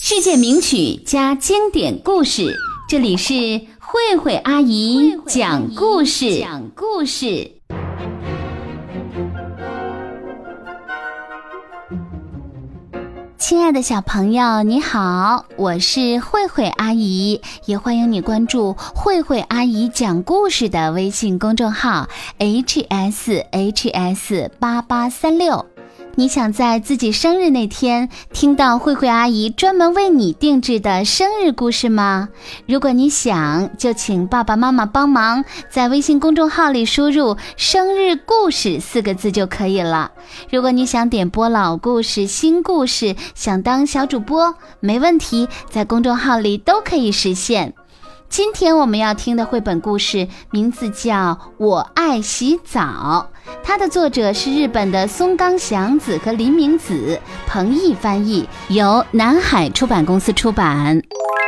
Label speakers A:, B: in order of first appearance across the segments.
A: 世界名曲加经典故事，这里是慧慧阿姨讲故事。亲爱的小朋友，你好，我是慧慧阿姨，也欢迎你关注慧慧阿姨讲故事的微信公众号 hshs8836。你想在自己生日那天听到慧慧阿姨专门为你定制的生日故事吗？如果你想，就请爸爸妈妈帮忙在微信公众号里输入生日故事4个字就可以了。如果你想点播老故事、新故事，想当小主播，没问题，在公众号里都可以实现。今天我们要听的绘本故事名字叫《我爱洗澡》，它的作者是日本的松冈祥子和林明子，彭毅翻译，由南海出版公司出版。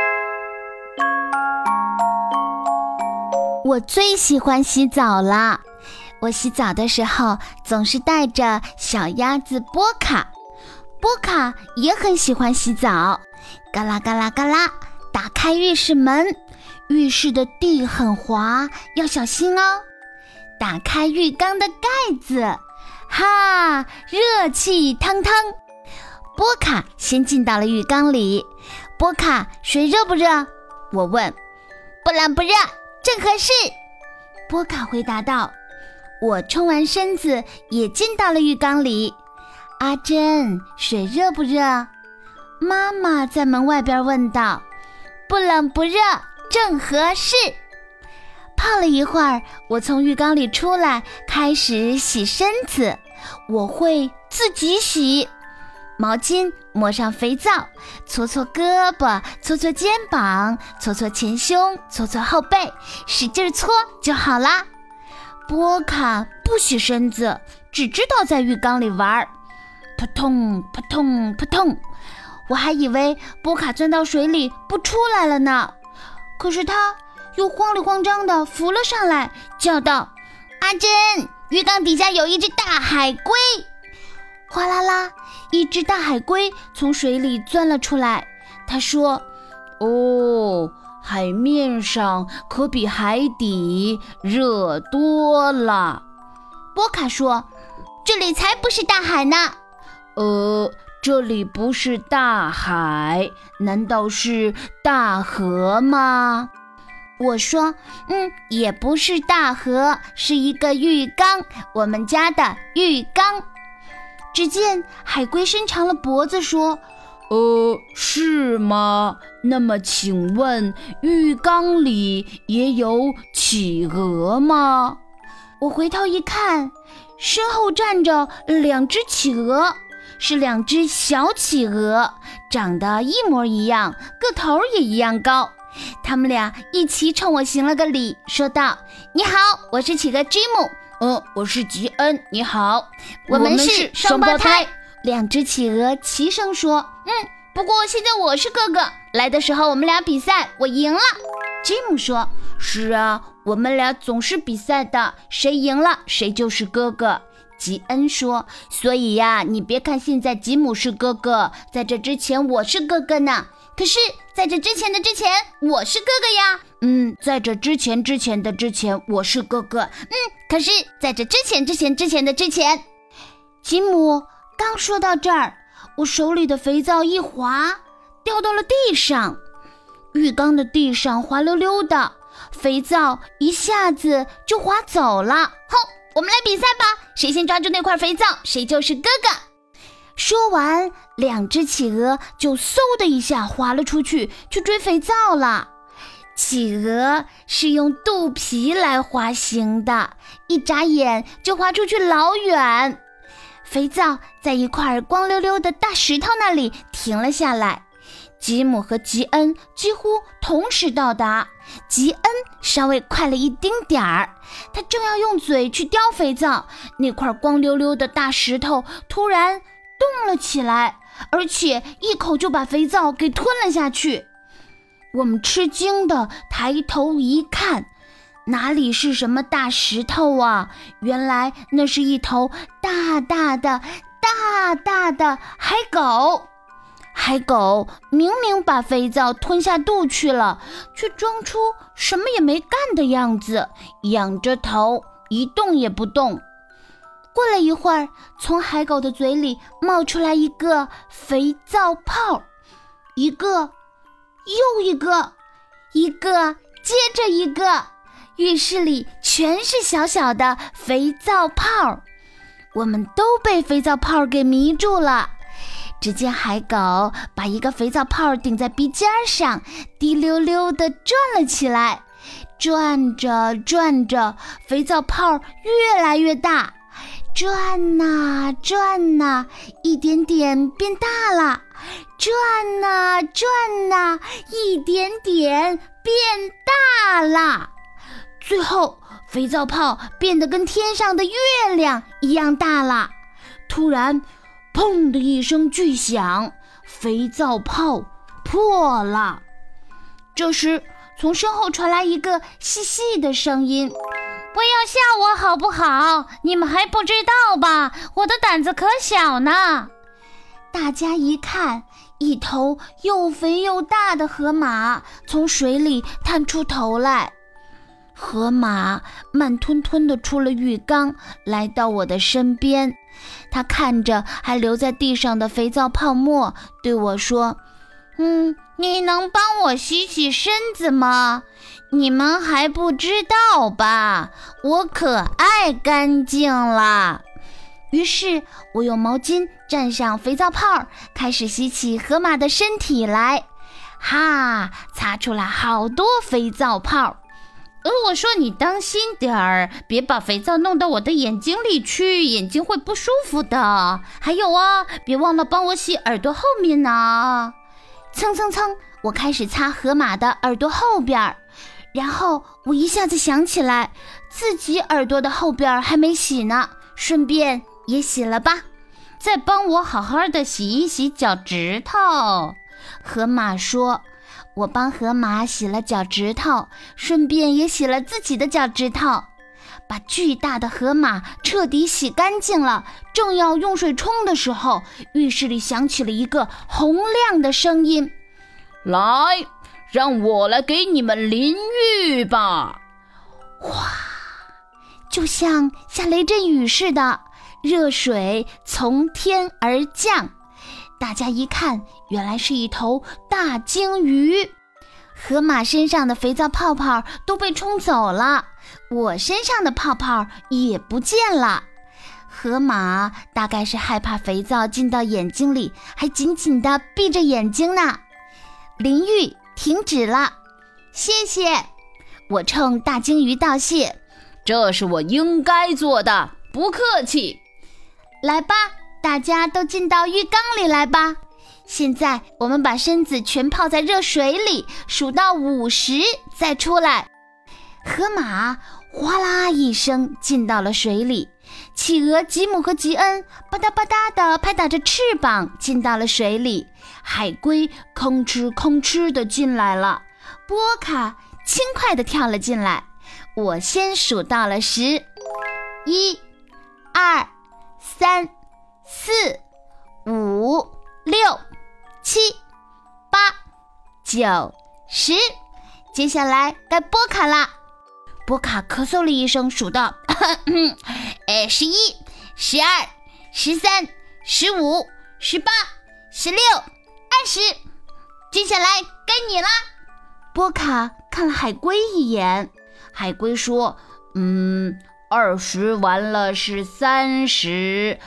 A: 我最喜欢洗澡了，我洗澡的时候总是带着小鸭子波卡，波卡也很喜欢洗澡。嘎啦嘎啦嘎啦，打开浴室门，浴室的地很滑，要小心哦。打开浴缸的盖子，哈，热气腾腾。波卡先进到了浴缸里。波卡，水热不热？我问。不冷不热，正合适。波卡回答道。我冲完身子也进到了浴缸里。阿珍，水热不热？妈妈在门外边问道。不冷不热，正合适。泡了一会儿，我从浴缸里出来，开始洗身子。我会自己洗，毛巾抹上肥皂，搓搓胳膊，搓搓肩膀，搓搓前胸，搓搓后背，使劲搓就好啦。波卡不洗身子，只知道在浴缸里玩，扑通扑通扑通。我还以为波卡钻到水里不出来了呢，可是他又慌里慌张地浮了上来，叫道：阿珍，浴缸底下有一只大海龟。哗啦啦，一只大海龟从水里钻了出来。他说：哦，海面上可比海底热多了。波卡说：这里才不是大海呢。这里不是大海，难道是大河吗？我说，也不是大河，是一个浴缸，我们家的浴缸。只见海龟伸长了脖子说：是吗？那么请问，浴缸里也有企鹅吗？我回头一看，身后站着2只企鹅，是2只小企鹅，长得一模一样，个头也一样高。他们俩一起冲我行了个礼，说道：你好，我是企鹅吉姆。我是吉恩，你好，我们是双胞胎。2只企鹅齐声说：不过现在我是哥哥，来的时候我们俩比赛，我赢了。吉姆说：是啊，我们俩总是比赛的，谁赢了谁就是哥哥。吉恩说：所以呀，你别看现在吉姆是哥哥，在这之前我是哥哥呢。可是在这之前的之前，我是哥哥呀。在这之前之前的之前，我是哥哥。可是在这之前之前之前的之前。吉姆刚说到这儿，我手里的肥皂一滑，掉到了地上。浴缸的地上滑溜溜的，肥皂一下子就滑走了。好，我们来比赛吧，谁先抓住那块肥皂，谁就是哥哥。说完，2只企鹅就嗖的一下滑了出去，去追肥皂了。企鹅是用肚皮来滑行的，一眨眼就滑出去老远。肥皂在一块光溜溜的大石头那里停了下来。吉姆和吉恩几乎同时到达，吉恩稍微快了一丁点儿，他正要用嘴去叼肥皂，那块光溜溜的大石头突然动了起来，而且一口就把肥皂给吞了下去。我们吃惊地抬头一看，哪里是什么大石头啊，原来那是一头大大的海狗。 海狗明明把肥皂吞下肚去了，却装出什么也没干的样子，仰着头一动也不动。过了一会儿，从海狗的嘴里冒出来一个肥皂泡，一个又一个，一个接着一个，浴室里全是小小的肥皂泡。我们都被肥皂泡给迷住了。只见海狗把一个肥皂泡顶在鼻尖上，滴溜溜地转了起来。转着转着，肥皂泡越来越大，转呐转呐，一点点变大了，转呐转呐，一点点变大了。最后肥皂泡变得跟天上的月亮一样大了。突然砰的一声巨响，肥皂泡破了。这时从身后传来一个细细的声音：不要吓我好不好？你们还不知道吧？我的胆子可小呢。大家一看，一头又肥又大的河马从水里探出头来。河马慢吞吞地出了浴缸，来到我的身边。他看着还留在地上的肥皂泡沫，对我说：你能帮我洗洗身子吗？你们还不知道吧？我可爱干净了。于是我用毛巾蘸上肥皂泡，开始洗起河马的身体来。哈，擦出来好多肥皂泡。我说你当心点儿，别把肥皂弄到我的眼睛里去，眼睛会不舒服的。还有啊，别忘了帮我洗耳朵后面呢。蹭蹭蹭，我开始擦河马的耳朵后边，然后我一下子想起来，自己耳朵的后边还没洗呢，顺便也洗了吧。再帮我好好的洗一洗脚趾头。河马说。我帮河马洗了脚趾头，顺便也洗了自己的脚趾头。把巨大的河马彻底洗干净了，正要用水冲的时候，浴室里响起了一个洪亮的声音：
B: 来，让我来给你们淋浴吧。
A: 哗，就像下雷阵雨似的，热水从天而降。大家一看，原来是一头大鲸鱼。河马身上的肥皂泡泡都被冲走了，我身上的泡泡也不见了。河马大概是害怕肥皂进到眼睛里，还紧紧地闭着眼睛呢。淋浴停止了，谢谢。我冲大鲸鱼道谢，
B: 这是我应该做的，不客气。
A: 来吧，大家都进到浴缸里来吧。现在我们把身子全泡在热水里，数到50再出来。河马哗啦一声进到了水里，企鹅吉姆和吉恩吧嗒吧嗒地拍打着翅膀进到了水里，海龟吭哧吭哧地进来了，波卡轻快地跳了进来。我先数到了10，1、2、3、4、5、6、7、8、9、10，接下来该波卡啦。波卡咳嗽了一声，数到11、12、13、15、18、16、20，接下来该你啦。波卡看了海龟一眼，海龟说20完了是30，30。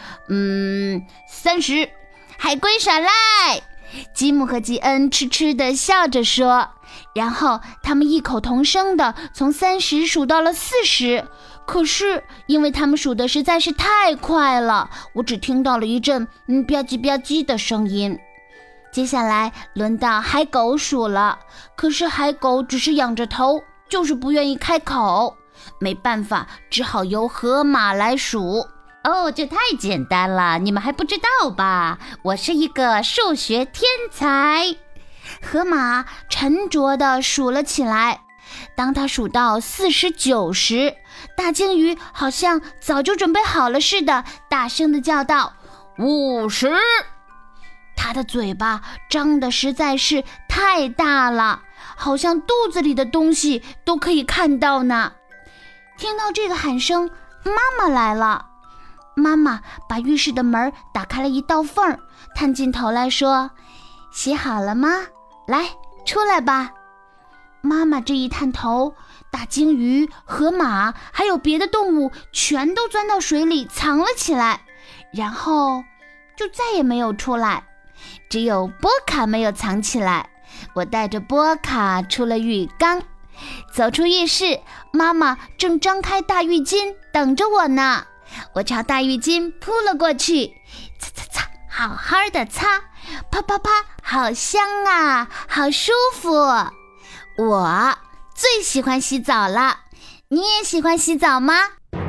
A: 海龟耍赖。吉姆和吉恩痴痴地笑着说，然后他们异口同声地从30数到了40，可是因为他们数的实在是太快了，我只听到了一阵吧唧吧唧的声音。接下来轮到海狗数了，可是海狗只是仰着头，就是不愿意开口。没办法，只好由河马来数。这太简单了，你们还不知道吧？我是一个数学天才。河马沉着地数了起来。当他数到49时，大鲸鱼好像早就准备好了似的，大声地叫道：50！ 他的嘴巴张得实在是太大了，好像肚子里的东西都可以看到呢。听到这个喊声，妈妈来了。妈妈把浴室的门打开了一道缝，探进头来说：洗好了吗？来，出来吧。妈妈这一探头，大鲸鱼、河马还有别的动物全都钻到水里藏了起来，然后就再也没有出来。只有波卡没有藏起来。我带着波卡出了浴缸，走出浴室，妈妈正张开大浴巾等着我呢。我朝大浴巾扑了过去，擦擦擦，好好的擦，啪啪啪，好香啊，好舒服。我最喜欢洗澡了，你也喜欢洗澡吗？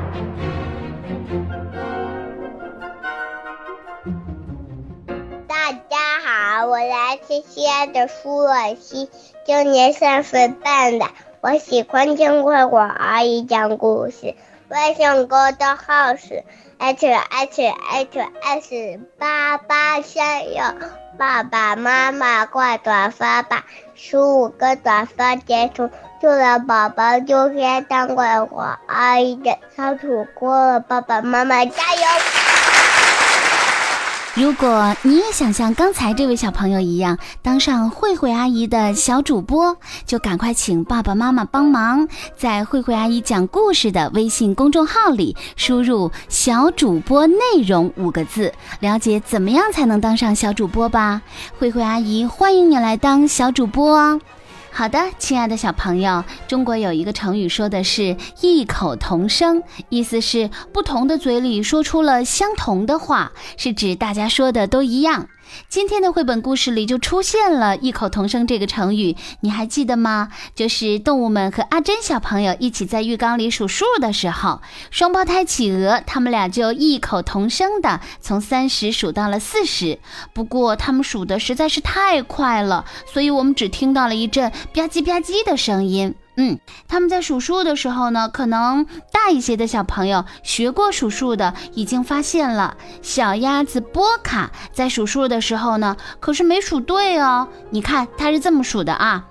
C: 大家好，我来自西安的舒尔西，今年3岁半了。我喜欢听慧慧阿姨讲故事。微信公众号是 HHHS8836，爸爸妈妈快转发吧，15个转发结束，祝了宝宝就天当慧慧阿姨的小主播了，爸爸妈妈加油！
A: 如果你也想像刚才这位小朋友一样当上慧慧阿姨的小主播，就赶快请爸爸妈妈帮忙，在慧慧阿姨讲故事的微信公众号里输入小主播内容5个字，了解怎么样才能当上小主播吧。慧慧阿姨欢迎你来当小主播哦。好的，亲爱的小朋友，中国有一个成语说的是异口同声，意思是不同的嘴里说出了相同的话，是指大家说的都一样。今天的绘本故事里就出现了异口同声这个成语，你还记得吗？就是动物们和阿珍小朋友一起在浴缸里数数的时候，双胞胎企鹅他们俩就异口同声的从30数到了40，不过他们数的实在是太快了，所以我们只听到了一阵吧唧吧唧的声音。他们在数数的时候呢，可能大一些的小朋友学过数数的已经发现了，小鸭子波卡在数数的时候呢，可是没数对哦。你看他是这么数的啊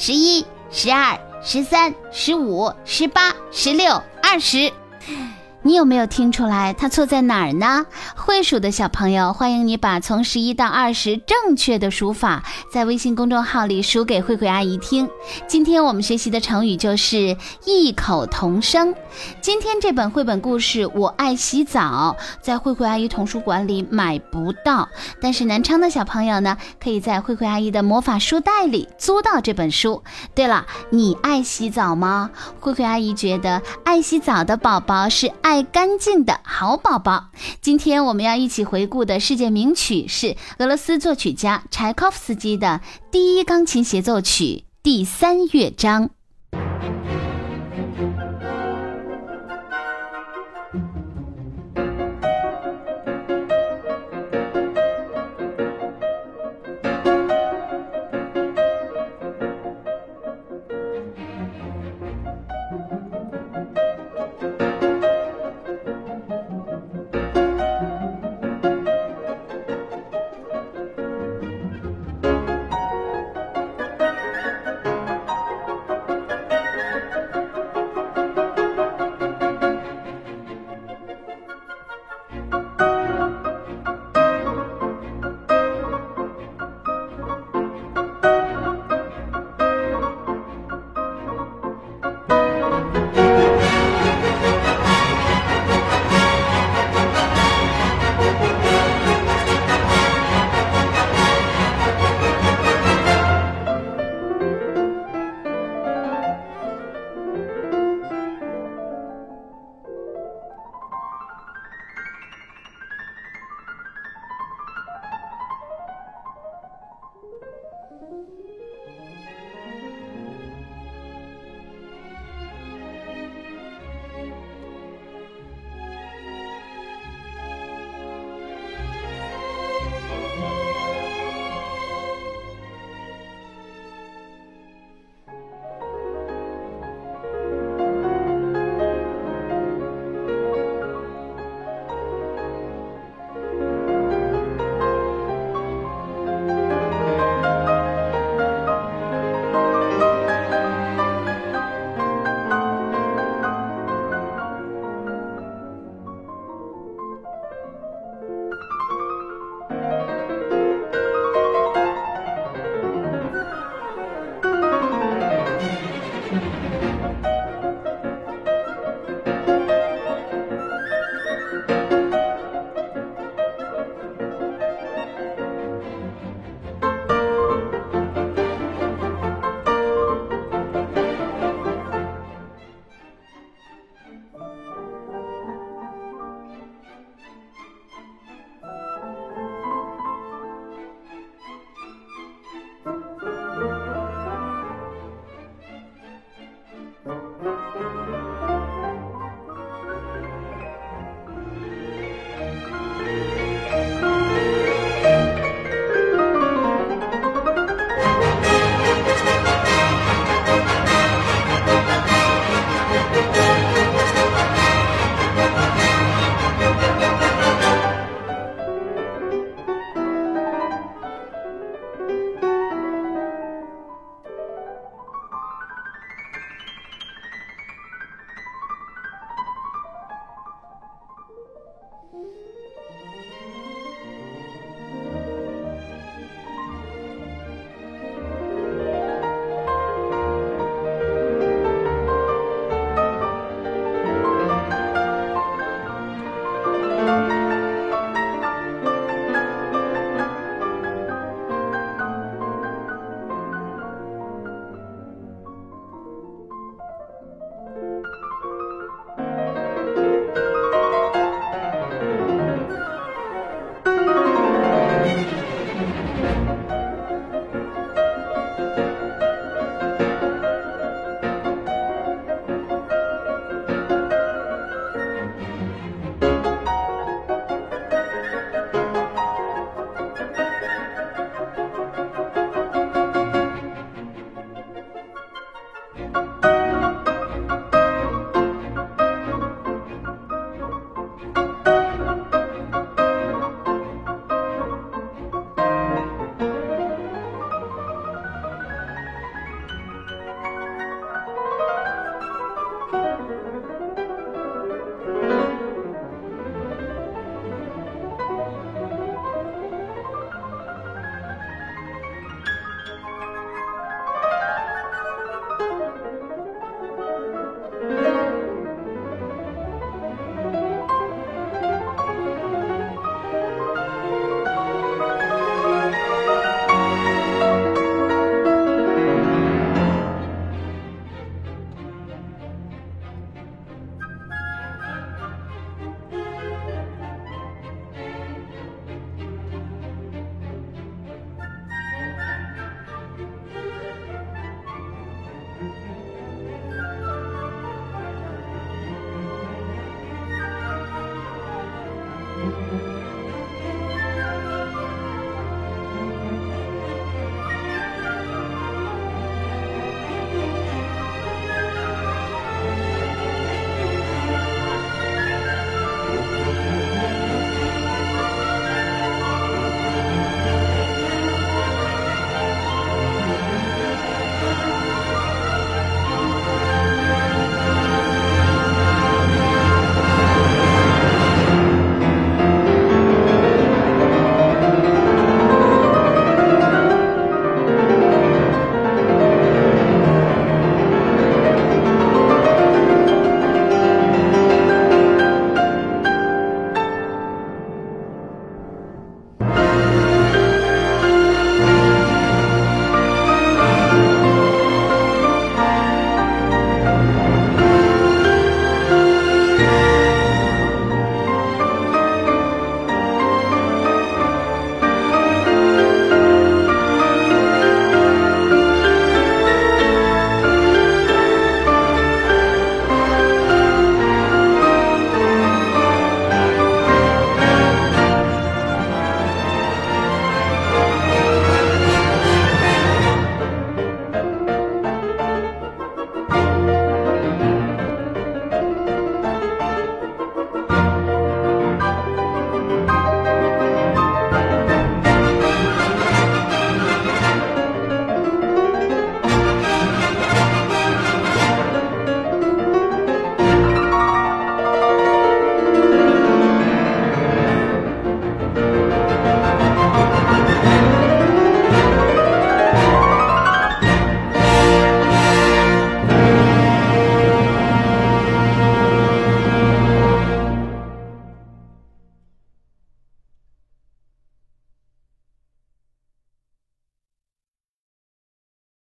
A: ，11、12、13、15、18、16、20。你有没有听出来它错在哪儿呢？会数的小朋友，欢迎你把从11到20正确的数法在微信公众号里数给慧慧阿姨听。今天我们学习的成语就是异口同声。今天这本绘本故事我爱洗澡在慧慧阿姨童书馆里买不到，但是南昌的小朋友呢，可以在慧慧阿姨的魔法书袋里租到这本书。对了，你爱洗澡吗？慧慧阿姨觉得爱洗澡的宝宝是爱干净的好宝宝。今天我们要一起回顾的世界名曲是俄罗斯作曲家柴可夫斯基的第1钢琴协奏曲第3乐章。